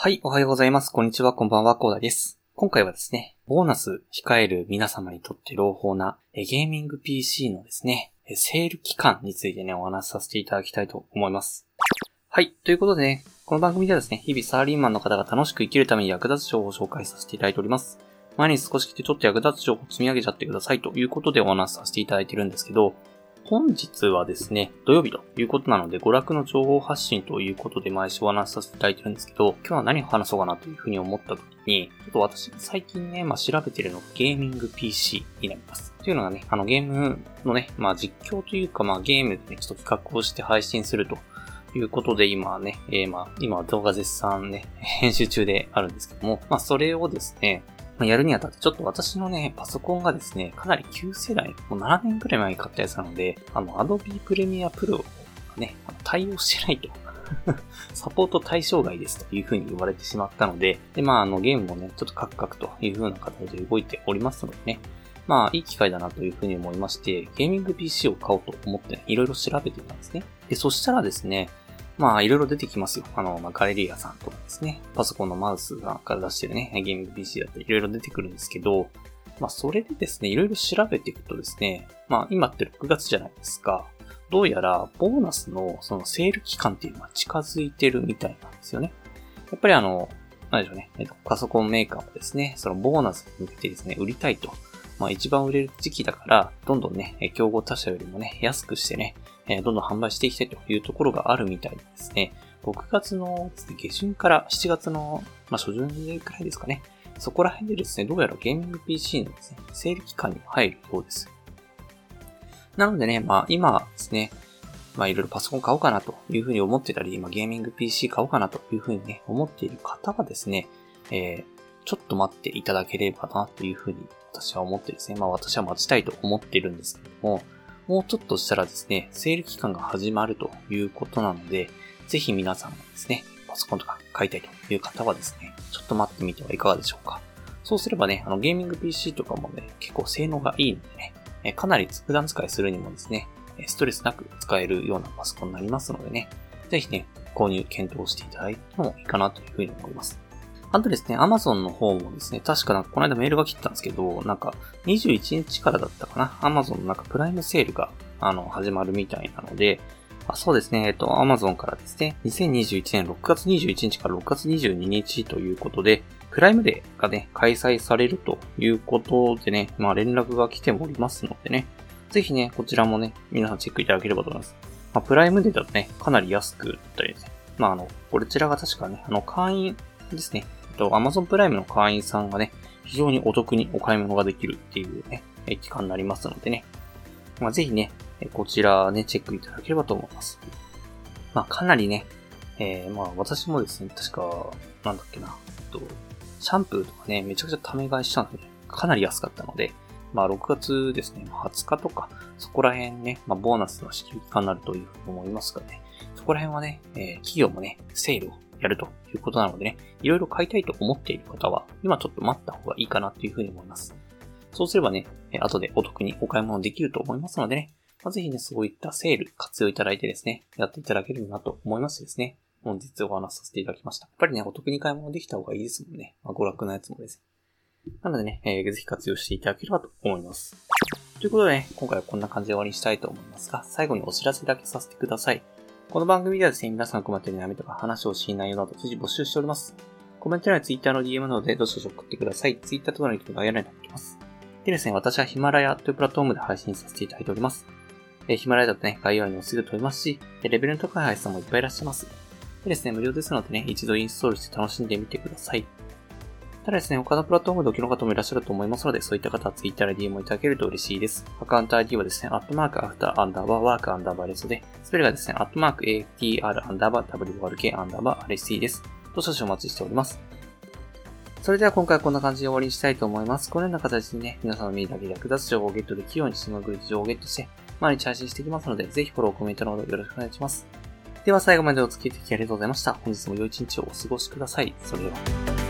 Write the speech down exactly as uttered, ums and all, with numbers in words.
はい、おはようございます。こんにちは、こんばんは、コーダです。今回はですね、ボーナス控える皆様にとって朗報なゲーミング ピーシー のですね、セール期間についてね、お話しさせていただきたいと思います。はい、ということでね、この番組ではですね、日々サラリーマンの方が楽しく生きるために役立つ情報を紹介させていただいております。前に少し来てちょっと役立つ情報を積み上げちゃってくださいということでお話しさせていただいているんですけど、本日はですね、土曜日ということなので、娯楽の情報発信ということで毎週お話しさせていただいてるんですけど、今日は何を話そうかなというふうに思った時に、ちょっと私が最近ね、まあ調べてるのがゲーミング ピーシー になります。というのがね、あのゲームのね、まあ実況というか、まあゲームでね、ちょっと企画をして配信するということで、今はね、えー、まあ今は動画絶賛ね、編集中であるんですけども、まあそれをですね、やるにあたってちょっと私のね、パソコンがですね、かなり旧世代、もうななねんくらい前に買ったやつなので、あの、Adobe Premiere Pro がね、対応してないと。サポート対象外ですという風に言われてしまったので、で、まあ、あの、ゲームもね、ちょっとカクカクという風な形で動いておりますのでね、まあ、いい機会だなという風に思いまして、ゲーミング ピーシー を買おうと思ってね、いろいろ調べてたんですね。で、そしたらですね、まあ、いろいろ出てきますよ。あの、まあ、ガレリアさんとかですね。パソコンのマウスがから出してるね、ゲーミング ピーシー だったりいろいろ出てくるんですけど、まあ、それでですね、いろいろ調べていくとですね、まあ、今ってろくがつじゃないですか。どうやら、ボーナスのそのセール期間っていうのは近づいてるみたいなんですよね。やっぱりあの、なんでしょうね、えっと、パソコンメーカーもですね、そのボーナスに向けてですね、売りたいと。まあ一番売れる時期だから、どんどんね、競合他社よりもね、安くしてね、どんどん販売していきたいというところがあるみたいですね。ろくがつの下旬からしちがつの、まあ、初旬くらいですかね。そこら辺でですね、どうやらゲーミング ピーシー のですね、セール期間に入るようです。なのでね、まあ今ですね、まあいろいろパソコン買おうかなというふうに思ってたり、今ゲーミング ピーシー 買おうかなというふうにね、思っている方はですね、えー、ちょっと待っていただければなというふうに私は思ってですね、まあ私は待ちたいと思っているんですけども、もうちょっとしたらですね、セール期間が始まるということなので、ぜひ皆さんもですね、パソコンとか買いたいという方はですね、ちょっと待ってみてはいかがでしょうか。そうすればね、あのゲーミング ピーシー とかもね、結構性能がいいのでね、かなり普段使いするにもですね、ストレスなく使えるようなパソコンになりますのでね、ぜひね、購入検討していただいてもいいかなというふうに思います。あとですね、Amazon の方もですね、確かなんかこの間メールが来たんですけど、なんかにじゅういちにちからだったかな、Amazon のなんかプライムセールがあの始まるみたいなので、あ、そうですね、えっと Amazon からですね、にせんにじゅういちねんろくがつにじゅういちにちからろくがつにじゅうににちということで、プライムデーがね、開催されるということでね、まあ連絡が来ておりますのでね、ぜひね、こちらもね、皆さんチェックいただければと思います。まあ、プライムデーだとね、かなり安くだったりですね。まああの、こちらが確かね、あの会員ですね、Amazon プライムの会員さんがね、非常にお得にお買い物ができるっていうね、期間になりますのでね。まあ、ぜひね、こちらね、チェックいただければと思います。まあ、かなりね、えー、まあ、私もですね、確か、なんだっけな、えっと、シャンプーとかね、めちゃくちゃため買いしたので、かなり安かったので、まあ、ろくがつですね、はつかとか、そこら辺ね、まあ、ボーナスの支給期間になるというふうに思いますがね、そこら辺はね、えー、企業もね、セールをやるということなのでね、いろいろ買いたいと思っている方は、今ちょっと待った方がいいかなというふうに思います。そうすればね、後でお得にお買い物できると思いますのでね、まあ、ぜひね、そういったセール活用いただいてですね、やっていただけるなと思いましてですね、本日お話しさせていただきました。やっぱりね、お得に買い物できた方がいいですもんね。まあ、娯楽のやつもですね。なのでね、えー、ぜひ活用していただければと思います。ということでね、今回はこんな感じで終わりにしたいと思いますが、最後にお知らせだけさせてください。この番組ではですね、皆さんが困っている悩みとか話をしい内容など随時募集しております。コメント欄や Twitter の ディーエム などでどしどし送ってください。Twitter とかのリンクが概要欄になっています。でですね、私はヒマラヤというプラットフォームで配信させていただいております。えヒマラヤだとね、概要欄にもすぐ飛びますし、レベルの高い配信さんもいっぱいいらっしゃいます。でですね、無料ですのでね、一度インストールして楽しんでみてください。ただですね、他のプラットフォームでお聞きの方もいらっしゃると思いますので、そういった方は Twitter で ディーエム をいただけると嬉しいです。アカウント アイディー はですね、アットマークアフターアンダーバーワークアンダーバーレスで、スペルがですね、アットマーク エーエフティーアール アンダーバー ダブリューアールケー アンダーバー アールエスティー です。どしどしお待ちしております。それでは今回はこんな感じで終わりにしたいと思います。このような形でね、皆さんの耳だけで役立つ情報をゲットできるようにスムーグリ情報をゲットして、毎日配信していきますので、ぜひフォロー、コメントのほどよろしくお願いします。では最後までお付き合いいただきありがとうございました。本日も良い一日をお過ごしください。それでは。